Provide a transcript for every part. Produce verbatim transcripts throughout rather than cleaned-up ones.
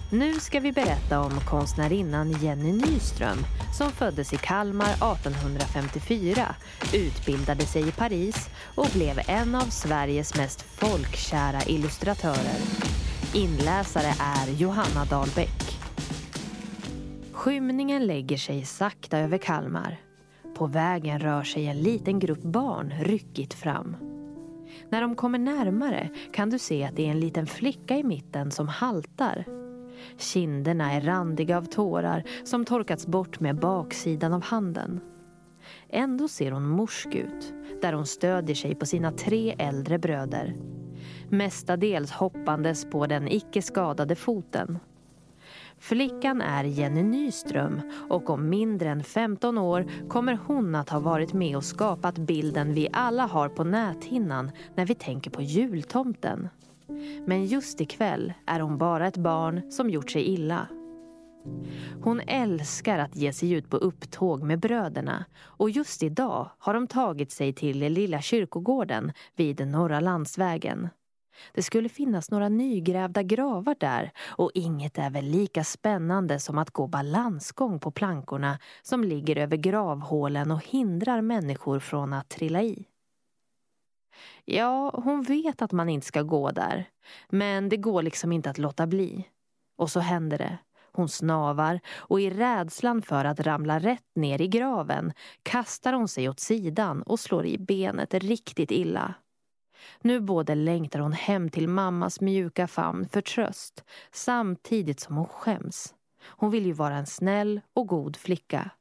Nu ska vi berätta om konstnärinnan Jenny Nyström som föddes i Kalmar artonhundrafemtiofyra, utbildade sig i Paris och blev en av Sveriges mest folkkära illustratörer. Inläsare är Johanna Dahlbäck. Skymningen lägger sig sakta över Kalmar. På vägen rör sig en liten grupp barn ryckigt fram. När de kommer närmare kan du se att det är en liten flicka i mitten som haltar. Kinderna är randiga av tårar som torkats bort med baksidan av handen. Ändå ser hon morsk ut, där hon stödjer sig på sina tre äldre bröder. Mestadels hoppandes på den icke skadade foten. Flickan är Jenny Nyström och om mindre än femton år kommer hon att ha varit med och skapat bilden vi alla har på näthinnan när vi tänker på jultomten. Men just ikväll är hon bara ett barn som gjort sig illa. Hon älskar att ge sig ut på upptåg med bröderna och just idag har de tagit sig till lilla kyrkogården vid Norra landsvägen. Det skulle finnas några nygrävda gravar där och inget är väl lika spännande som att gå balansgång på plankorna som ligger över gravhålen och hindrar människor från att trilla i. Ja, hon vet att man inte ska gå där, men det går liksom inte att låta bli. Och så händer det. Hon snavar och i rädslan för att ramla rätt ner i graven kastar hon sig åt sidan och slår i benet riktigt illa. Nu både längtar hon hem till mammas mjuka famn för tröst, samtidigt som hon skäms. Hon vill ju vara en snäll och god flicka.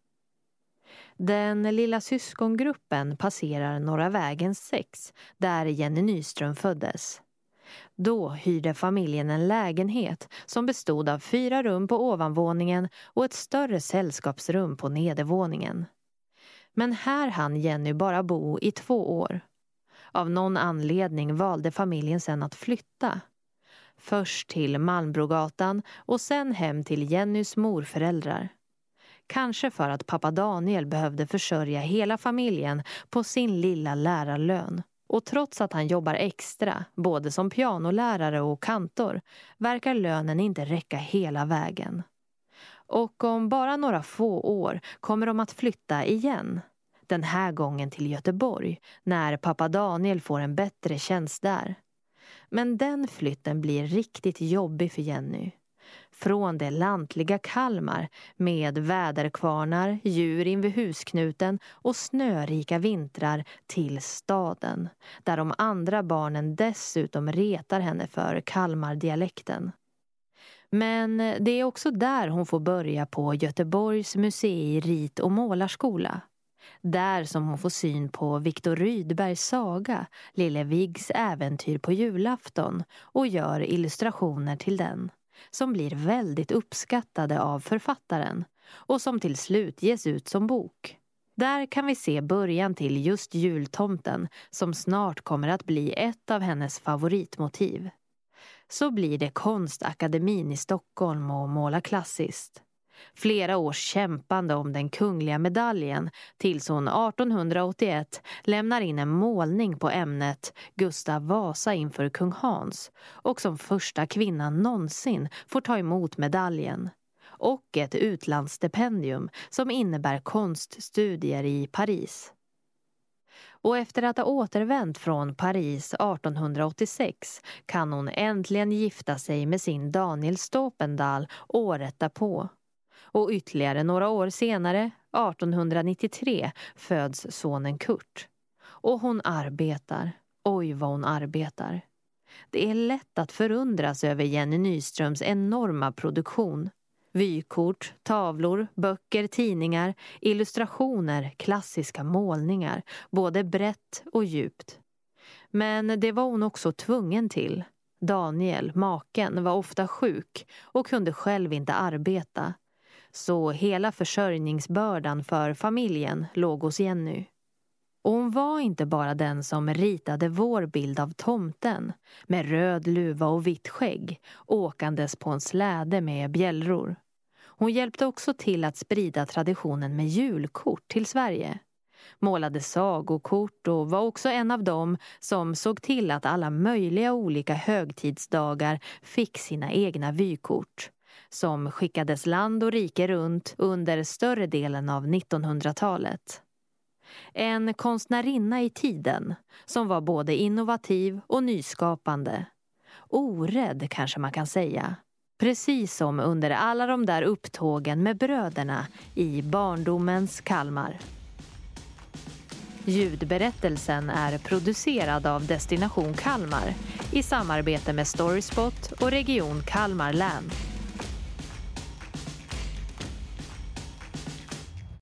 Den lilla syskongruppen passerar Norra vägen sex, där Jenny Nyström föddes. Då hyrde familjen en lägenhet som bestod av fyra rum på ovanvåningen och ett större sällskapsrum på nedervåningen. Men här hann Jenny bara bo i två år. Av någon anledning valde familjen sedan att flytta. Först till Malmbrogatan och sen hem till Jennys morföräldrar. Kanske för att pappa Daniel behövde försörja hela familjen på sin lilla lärarlön. Och trots att han jobbar extra, både som pianolärare och kantor, verkar lönen inte räcka hela vägen. Och om bara några få år kommer de att flytta igen. Den här gången till Göteborg, när pappa Daniel får en bättre tjänst där. Men den flytten blir riktigt jobbig för Jenny. Från det lantliga Kalmar med väderkvarnar, djur invid husknuten och snörika vintrar till staden, där de andra barnen dessutom retar henne för Kalmardialekten. Men det är också där hon får börja på Göteborgs musei rit- och målarskola. Där som hon får syn på Viktor Rydbergs saga, Lille Viggs äventyr på julafton och gör illustrationer till den, som blir väldigt uppskattade av författaren och som till slut ges ut som bok. Där kan vi se början till just jultomten som snart kommer att bli ett av hennes favoritmotiv. Så blir det Konstakademin i Stockholm och måla klassiskt. Flera års kämpande om den kungliga medaljen tills hon artonhundraåttioett lämnar in en målning på ämnet Gustav Vasa inför kung Hans och som första kvinnan någonsin får ta emot medaljen. Och ett utlandsstipendium som innebär konststudier i Paris. Och efter att ha återvänt från Paris artonhundraåttiosex kan hon äntligen gifta sig med sin Daniel Stopendal året därpå. Och ytterligare några år senare, artonhundranittiotre, föds sonen Kurt. Och hon arbetar. Oj vad hon arbetar. Det är lätt att förundras över Jenny Nyströms enorma produktion. Vykort, tavlor, böcker, tidningar, illustrationer, klassiska målningar, både brett och djupt. Men det var hon också tvungen till. Daniel, maken, var ofta sjuk och kunde själv inte arbeta. Så hela försörjningsbördan för familjen låg hos Jenny. Och hon var inte bara den som ritade vår bild av tomten med röd luva och vitt skägg åkandes på en släde med bjällror. Hon hjälpte också till att sprida traditionen med julkort till Sverige. Målade sagokort och var också en av dem som såg till att alla möjliga olika högtidsdagar fick sina egna vykort. som skickades land och rike runt under större delen av nittonhundratalet. En konstnärinna i tiden som var både innovativ och nyskapande. Orädd kanske man kan säga. Precis som under alla de där upptågen med bröderna i barndomens Kalmar. Ljudberättelsen är producerad av Destination Kalmar i samarbete med Storyspot och Region Kalmar län.